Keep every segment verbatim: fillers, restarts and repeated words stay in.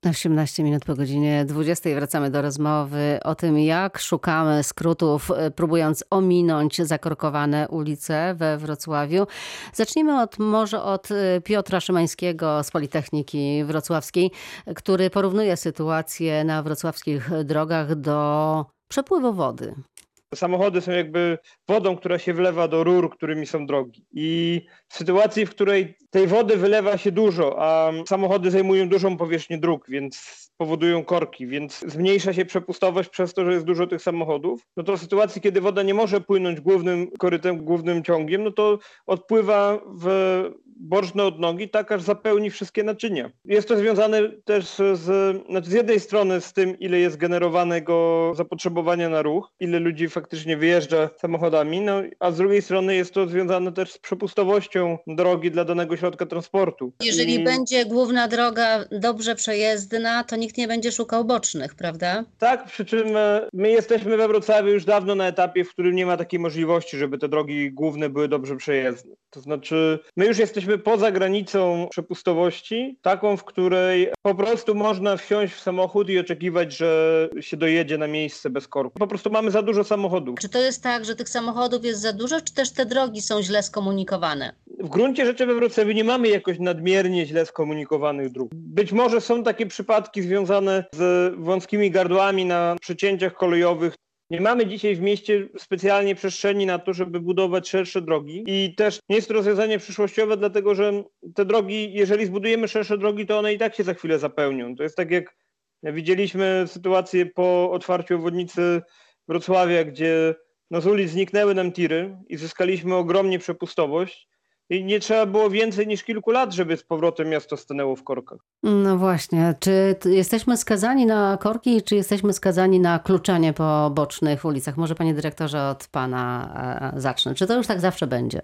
osiemnaście minut po godzinie dwudziestej wracamy do rozmowy o tym, jak szukamy skrótów, próbując ominąć zakorkowane ulice we Wrocławiu. Zacznijmy od, może od Piotra Szymańskiego z Politechniki Wrocławskiej, który porównuje sytuację na wrocławskich drogach do przepływu wody. Samochody są jakby wodą, która się wlewa do rur, którymi są drogi. I w sytuacji, w której tej wody wylewa się dużo, a samochody zajmują dużą powierzchnię dróg, więc powodują korki, więc zmniejsza się przepustowość przez to, że jest dużo tych samochodów, no to w sytuacji, kiedy woda nie może płynąć głównym korytem, głównym ciągiem, no to odpływa w boczne odnogi, tak aż zapełni wszystkie naczynia. Jest to związane też z, znaczy z jednej strony z tym, ile jest generowanego zapotrzebowania na ruch, ile ludzi faktycznie wyjeżdża samochodami, no, a z drugiej strony jest to związane też z przepustowością drogi dla danego środka transportu. Jeżeli I... będzie główna droga dobrze przejezdna, to nikt nie będzie szukał bocznych, prawda? Tak, przy czym my jesteśmy we Wrocławiu już dawno na etapie, w którym nie ma takiej możliwości, żeby te drogi główne były dobrze przejezdne. To znaczy, my już jesteśmy poza granicą przepustowości, taką, w której po prostu można wsiąść w samochód i oczekiwać, że się dojedzie na miejsce bez korku. Po prostu mamy za dużo samochodów. Czy to jest tak, że tych samochodów jest za dużo, czy też te drogi są źle skomunikowane? W gruncie rzeczy we Wrocławiu nie mamy jakoś nadmiernie źle skomunikowanych dróg. Być może są takie przypadki związane z wąskimi gardłami na przecięciach kolejowych. Nie mamy dzisiaj w mieście specjalnie przestrzeni na to, żeby budować szersze drogi i też nie jest to rozwiązanie przyszłościowe, dlatego że te drogi, jeżeli zbudujemy szersze drogi, to one i tak się za chwilę zapełnią. To jest tak, jak widzieliśmy sytuację po otwarciu obwodnicy Wrocławia, gdzie no z ulic zniknęły nam tiry i zyskaliśmy ogromnie przepustowość. I nie trzeba było więcej niż kilku lat, żeby z powrotem miasto stanęło w korkach. No właśnie. Czy jesteśmy skazani na korki, czy jesteśmy skazani na kluczenie po bocznych ulicach? Może panie dyrektorze od pana zacznę. Czy to już tak zawsze będzie?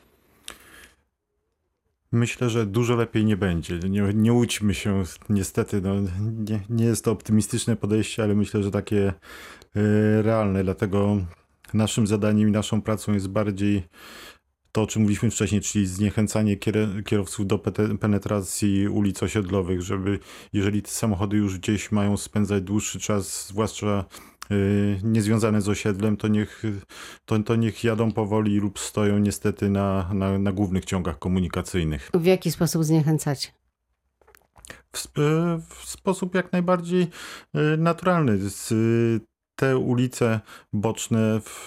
Myślę, że dużo lepiej nie będzie. Nie, nie łudźmy się, niestety. No, nie, nie jest to optymistyczne podejście, ale myślę, że takie y, realne. Dlatego naszym zadaniem i naszą pracą jest bardziej to, o czym mówiliśmy wcześniej, czyli zniechęcanie kierowców do penetracji ulic osiedlowych, żeby jeżeli te samochody już gdzieś mają spędzać dłuższy czas, zwłaszcza yy, niezwiązane z osiedlem, to niech, to, to niech jadą powoli lub stoją niestety na, na, na głównych ciągach komunikacyjnych. W jaki sposób zniechęcać? W, w sposób jak najbardziej naturalny. Te ulice boczne w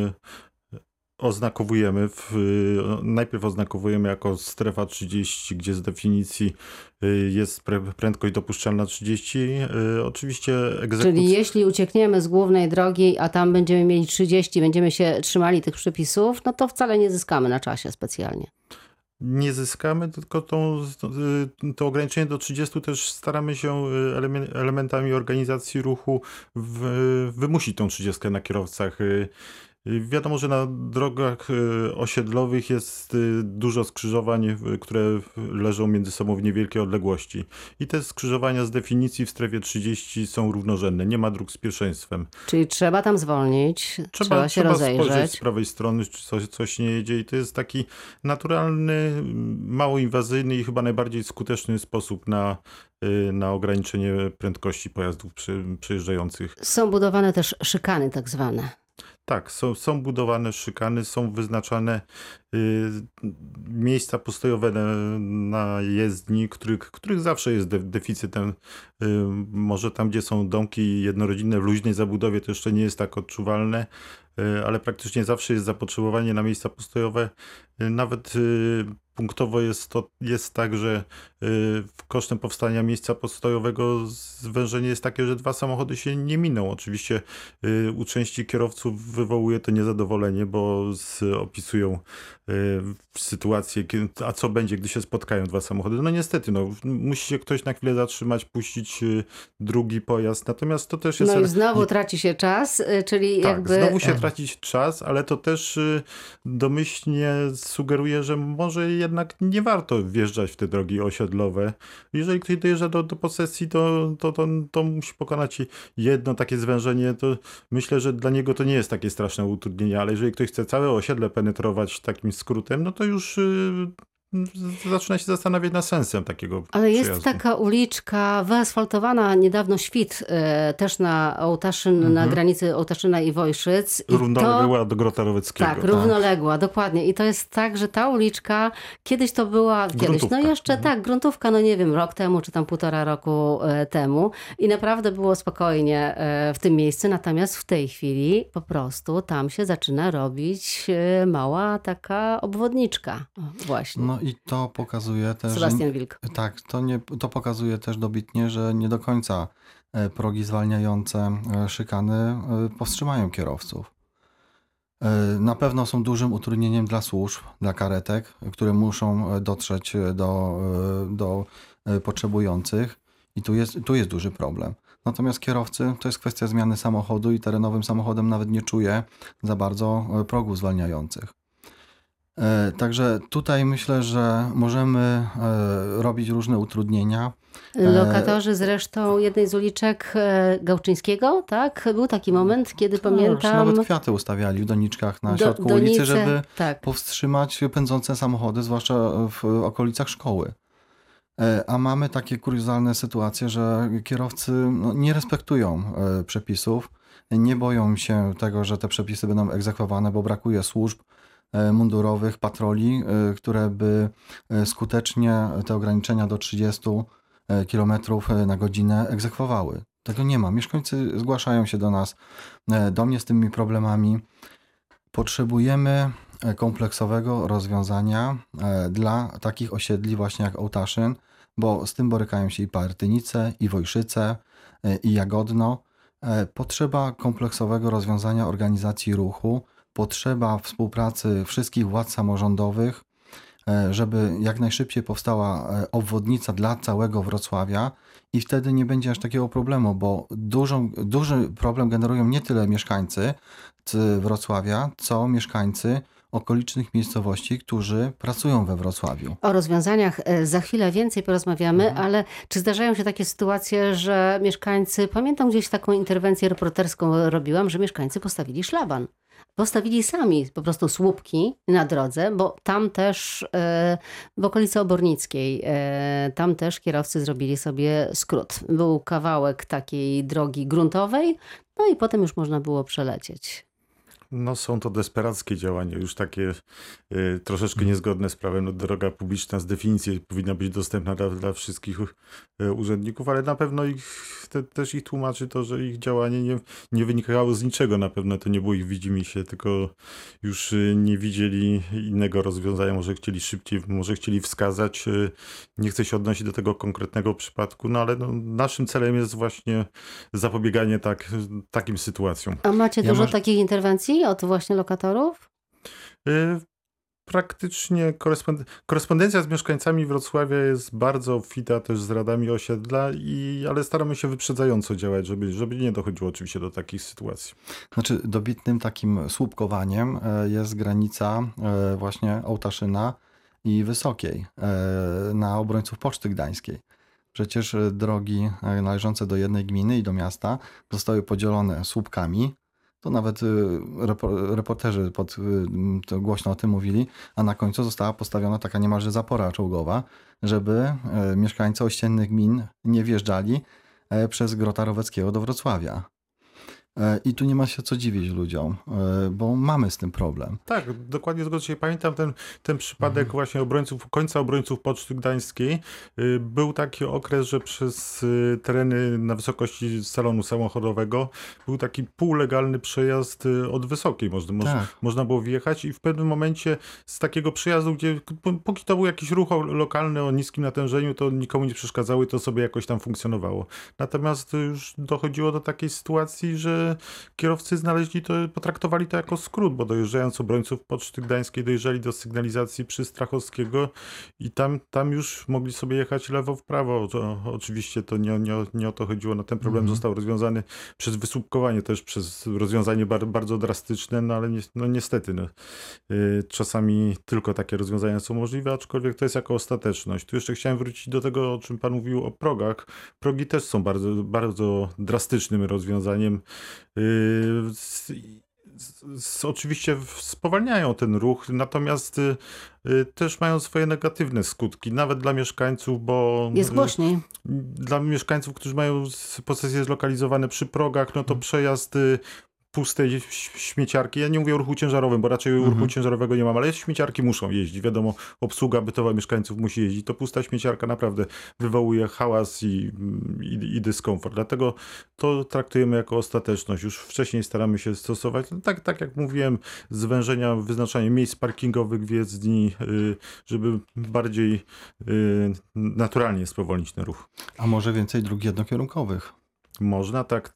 oznakowujemy, w, najpierw oznakowujemy jako strefa trzydzieści, gdzie z definicji jest prędkość dopuszczalna trzydzieści. Oczywiście egzekucja... Czyli jeśli uciekniemy z głównej drogi, a tam będziemy mieli trzydzieści, będziemy się trzymali tych przepisów, no to wcale nie zyskamy na czasie specjalnie. Nie zyskamy, tylko tą, to ograniczenie do trzydziestu też staramy się elementami organizacji ruchu w, wymusić tą trzydziestkę na kierowcach. Wiadomo, że na drogach osiedlowych jest dużo skrzyżowań, które leżą między sobą w niewielkiej odległości. I te skrzyżowania z definicji w strefie trzydzieści są równorzędne. Nie ma dróg z pierwszeństwem. Czyli trzeba tam zwolnić, trzeba, trzeba się trzeba rozejrzeć. spojrzeć z prawej strony, czy coś, coś nie jedzie. I to jest taki naturalny, mało inwazyjny i chyba najbardziej skuteczny sposób na na ograniczenie prędkości pojazdów przejeżdżających. Są budowane też szykany tak zwane. Tak, są, są budowane szykany, są wyznaczane y, miejsca postojowe na, na jezdni, których, których zawsze jest de, deficytem. Y, może tam, gdzie są domki jednorodzinne w luźnej zabudowie, to jeszcze nie jest tak odczuwalne, y, ale praktycznie zawsze jest zapotrzebowanie na miejsca postojowe. Y, nawet y, punktowo jest to jest tak, że y, kosztem powstania miejsca postojowego zwężenie jest takie, że dwa samochody się nie miną. Oczywiście y, u części kierowców wywołuje to niezadowolenie, bo z, opisują y, sytuację, kiedy, a co będzie, gdy się spotkają dwa samochody. No niestety, no, musi się ktoś na chwilę zatrzymać, puścić y, drugi pojazd. Natomiast to też jest... No i znowu traci się czas, y, czyli tak, jakby... znowu się traci czas, ale to też y, domyślnie sugeruje, że może jednak nie warto wjeżdżać w te drogi osiedlowe. Jeżeli ktoś dojeżdża do, do posesji, to, to, to, to musi pokonać jedno takie zwężenie. To myślę, że dla niego to nie jest takie straszne utrudnienie, ale jeżeli ktoś chce całe osiedle penetrować takim skrótem, no to już z- zaczyna się zastanawiać nad sensem takiego Ale jest przyjazdu. taka uliczka wyasfaltowana niedawno Świt, e, też na Ołtaszyn, na granicy Ołtaszyna i Wojszyc. I to, Równoległa do Grota Roweckiego. tak, równoległa, dokładnie. I to jest tak, że ta uliczka, kiedyś to była, kiedyś, no Gruntówka. jeszcze tak, gruntówka, no nie wiem, rok temu, czy tam półtora roku e, temu. I naprawdę było spokojnie e, w tym miejscu. Natomiast w tej chwili po prostu tam się zaczyna robić e, mała taka obwodniczka. O, właśnie. No i to pokazuje też, że, Sebastian Wilk. tak, to, nie, to pokazuje też dobitnie, że nie do końca e, progi zwalniające e, szykany e, powstrzymają kierowców. E, Na pewno są dużym utrudnieniem dla służb, dla karetek, które muszą e, dotrzeć e, do, e, do e, potrzebujących i tu jest, tu jest duży problem. Natomiast kierowcy to jest kwestia zmiany samochodu i terenowym samochodem nawet nie czuje za bardzo e, progów zwalniających. E, Także tutaj myślę, że możemy e, robić różne utrudnienia. Lokatorzy zresztą jednej z uliczek e, Gałczyńskiego, tak? Był taki moment, kiedy Już pamiętam... nawet kwiaty ustawiali w doniczkach na do- środku donice, ulicy, żeby tak. powstrzymać pędzące samochody, zwłaszcza w okolicach szkoły. E, A mamy takie kuriozalne sytuacje, że kierowcy no, nie respektują e, przepisów, nie boją się tego, że te przepisy będą egzekwowane, bo brakuje służb e, mundurowych, patroli, e, które by e, skutecznie te ograniczenia do trzydziestu kilometrów na godzinę egzekwowały. Tego nie ma. Mieszkańcy zgłaszają się do nas, e, do mnie z tymi problemami. Potrzebujemy e, kompleksowego rozwiązania e, dla takich osiedli właśnie jak Ołtaszyn, bo z tym borykają się i Partynice, i Wojszyce, e, i Jagodno. E, Potrzeba kompleksowego rozwiązania organizacji ruchu, potrzeba współpracy wszystkich władz samorządowych, e, żeby jak najszybciej powstała e, obwodnica dla całego Wrocławia i wtedy nie będzie aż takiego problemu, bo dużą, duży problem generują nie tyle mieszkańcy z Wrocławia, co mieszkańcy okolicznych miejscowości, którzy pracują we Wrocławiu. O rozwiązaniach e, za chwilę więcej porozmawiamy, Mhm. ale czy zdarzają się takie sytuacje, że mieszkańcy, pamiętam gdzieś taką interwencję reporterską robiłam, że mieszkańcy postawili szlaban. Postawili sami po prostu słupki na drodze, bo tam też e, w okolicy Obornickiej, e, tam też kierowcy zrobili sobie skrót. Był kawałek takiej drogi gruntowej, no i potem już można było przelecieć. No są to desperackie działania, już takie y, troszeczkę niezgodne z prawem. No, droga publiczna z definicji powinna być dostępna dla, dla wszystkich y, urzędników, ale na pewno ich, te, też ich tłumaczy to, że ich działanie nie, nie wynikało z niczego. Na pewno to nie było ich widzimisię, tylko już y, nie widzieli innego rozwiązania. Może chcieli szybciej, może chcieli wskazać. Y, nie chcę się odnosić do tego konkretnego przypadku, no ale no, naszym celem jest właśnie zapobieganie tak, takim sytuacjom. A macie Ja dużo masz- takich interwencji od właśnie lokatorów? Y, Praktycznie korespond- korespondencja z mieszkańcami Wrocławia jest bardzo obfita też z radami osiedla, i, ale staramy się wyprzedzająco działać, żeby, żeby nie dochodziło oczywiście do takich sytuacji. Znaczy dobitnym takim słupkowaniem e, jest granica e, właśnie Ołtaszyna i Wysokiej e, na obrońców Poczty Gdańskiej. Przecież e, drogi e, należące do jednej gminy i do miasta zostały podzielone słupkami. To nawet y, repo- reporterzy pod, y, to głośno o tym mówili, a na końcu została postawiona taka niemalże zapora czołgowa, żeby e, mieszkańcy ościennych gmin nie wjeżdżali e, przez Grota Roweckiego do Wrocławia. E, I tu nie ma się co dziwić ludziom, e, bo mamy z tym problem. Tak, dokładnie zgodzę się. Pamiętam ten, ten przypadek właśnie obrońców, końca obrońców Poczty Gdańskiej. Y, Był taki okres, że przez y, tereny na wysokości salonu samochodowego był taki półlegalny przejazd y, od Wysokiej. Można, moż, Tak. można było wjechać i w pewnym momencie z takiego przejazdu, gdzie p- póki to był jakiś ruch o- lokalny o niskim natężeniu, to nikomu nie przeszkadzało i to sobie jakoś tam funkcjonowało. Natomiast już dochodziło do takiej sytuacji, że kierowcy znaleźli to, potraktowali to jako skrót, bo dojeżdżając obrońców Poczty Gdańskiej dojeżdżali do sygnalizacji przy Strachowskiego i tam, tam już mogli sobie jechać lewo w prawo. To, oczywiście to nie, nie, nie o to chodziło. No, ten problem Mhm. został rozwiązany przez wysłupkowanie, też przez rozwiązanie bar, bardzo drastyczne, no ale ni, no, niestety no, y, czasami tylko takie rozwiązania są możliwe, aczkolwiek to jest jako ostateczność. Tu jeszcze chciałem wrócić do tego, o czym pan mówił o progach. Progi też są bardzo, bardzo drastycznym rozwiązaniem. Yy, s- z, z, oczywiście spowalniają ten ruch, natomiast y, y, też mają swoje negatywne skutki, nawet dla mieszkańców, bo Jest głośniej. Y, dla mieszkańców, którzy mają posesje zlokalizowane przy progach, no to przejazd y, pustej śmieciarki. Ja nie mówię o ruchu ciężarowym, bo raczej mhm. ruchu ciężarowego nie mam, ale śmieciarki muszą jeździć. Wiadomo, obsługa bytowa mieszkańców musi jeździć. To pusta śmieciarka naprawdę wywołuje hałas i, i, i dyskomfort. Dlatego to traktujemy jako ostateczność. Już wcześniej staramy się stosować, tak, tak jak mówiłem, zwężenia, wyznaczanie miejsc parkingowych w jezdni, żeby bardziej naturalnie spowolnić ten ruch. A może więcej dróg jednokierunkowych? Można, tak.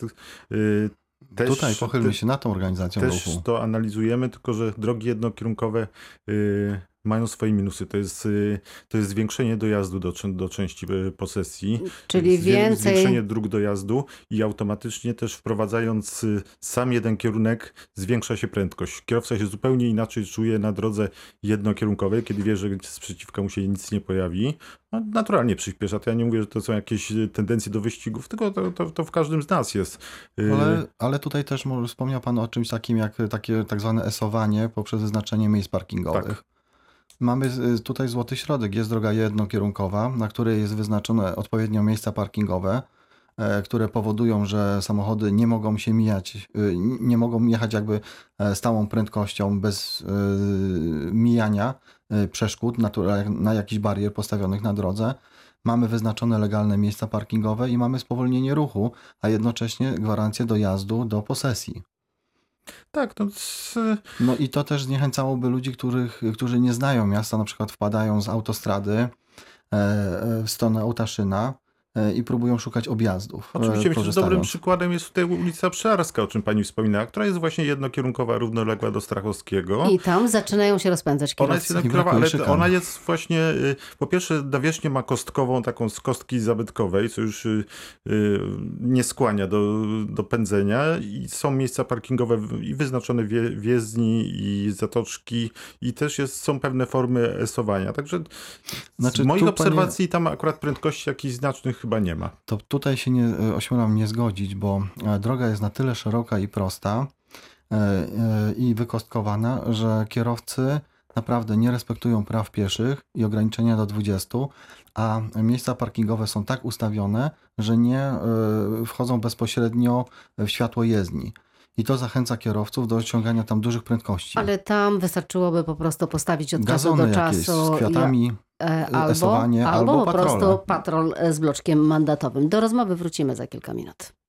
Też, Tutaj pochylmy się nad tą organizacją też ruchu. To analizujemy, tylko że drogi jednokierunkowe y, mają swoje minusy. To jest, y, to jest zwiększenie dojazdu do, do części posesji. Czyli Zwię, więcej... Zwiększenie dróg dojazdu i automatycznie też wprowadzając y, sam jeden kierunek zwiększa się prędkość. Kierowca się zupełnie inaczej czuje na drodze jednokierunkowej, kiedy wie, że sprzeciwka mu się nic nie pojawi. No, naturalnie przyspiesza. To ja nie mówię, że to są jakieś tendencje do wyścigów, tylko to, to, to w każdym z nas jest. Ale, ale tutaj też może wspomniał Pan o czymś takim jak takie tak zwane esowanie poprzez wyznaczenie miejsc parkingowych. Tak. Mamy tutaj złoty środek. Jest droga jednokierunkowa, na której jest wyznaczone odpowiednio miejsca parkingowe, które powodują, że samochody nie mogą się mijać, nie mogą jechać jakby stałą prędkością bez mijania przeszkód na, na jakichś barier postawionych na drodze. Mamy wyznaczone legalne miejsca parkingowe i mamy spowolnienie ruchu, a jednocześnie gwarancję dojazdu do posesji. Tak, no, z... no i to też zniechęcałoby ludzi, których, którzy nie znają miasta, na przykład wpadają z autostrady w stronę Ołtaszyna i próbują szukać objazdów. Oczywiście myślę, że dobrym przykładem jest tutaj ulica Pszczarska, o czym pani wspominała, która jest właśnie jednokierunkowa, równoległa do Strachowskiego. I tam zaczynają się rozpędzać kierowcy. Ona jest jednokierunkowa, ale szykany. Ona jest właśnie, po pierwsze nawierzchnię ma kostkową, taką z kostki zabytkowej, co już nie skłania do, do pędzenia i są miejsca parkingowe i wyznaczone w jezdni i zatoczki i też jest, są pewne formy esowania. Także znaczy, z moich obserwacji panie... tam akurat prędkości jakichś znacznych chyba nie ma. To tutaj się nie, ośmielam nie zgodzić, bo droga jest na tyle szeroka i prosta i wykostkowana, że kierowcy naprawdę nie respektują praw pieszych i ograniczenia do dwudziestu, a miejsca parkingowe są tak ustawione, że nie wchodzą bezpośrednio w światło jezdni. I to zachęca kierowców do osiągania tam dużych prędkości. Ale tam wystarczyłoby po prostu postawić od Gazony czasu do jakieś, czasu. Z kwiatami, albo, esowanie, albo, albo po patrole. prostu patrol z bloczkiem mandatowym. Do rozmowy wrócimy za kilka minut.